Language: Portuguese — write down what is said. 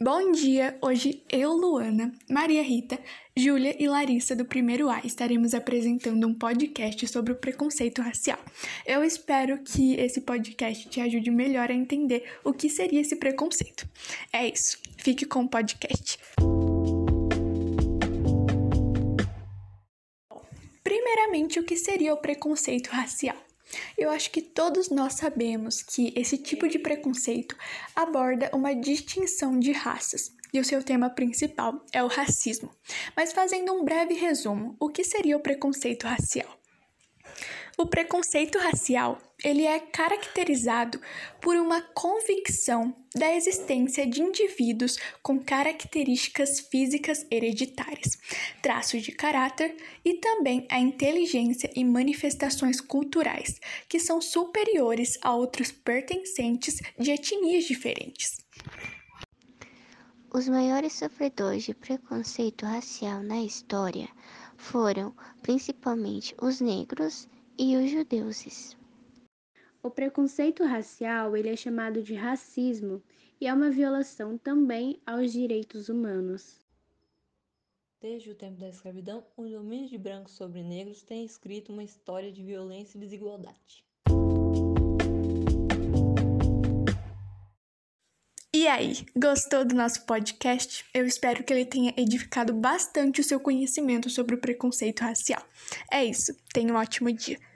Bom dia! Hoje eu, Luana, Maria Rita, Júlia e Larissa do primeiro A estaremos apresentando um podcast sobre o preconceito racial. Eu espero que esse podcast te ajude melhor a entender o que seria esse preconceito. É isso, fique com o podcast. Primeiramente, o que seria o preconceito racial? Eu acho que todos nós sabemos que esse tipo de preconceito aborda uma distinção de raças, e o seu tema principal é o racismo. Mas fazendo um breve resumo, o que seria o preconceito racial? O preconceito racial, ele é caracterizado por uma convicção da existência de indivíduos com características físicas hereditárias, traços de caráter e também a inteligência e manifestações culturais, que são superiores a outros pertencentes de etnias diferentes. Os maiores sofredores de preconceito racial na história foram principalmente os negros e os judeus. O preconceito racial ele é chamado de racismo e é uma violação também aos direitos humanos. Desde o tempo da escravidão, o domínio de brancos sobre negros tem escrito uma história de violência e desigualdade. E aí, gostou do nosso podcast? Eu espero que ele tenha edificado bastante o seu conhecimento sobre o preconceito racial. É isso, tenha um ótimo dia!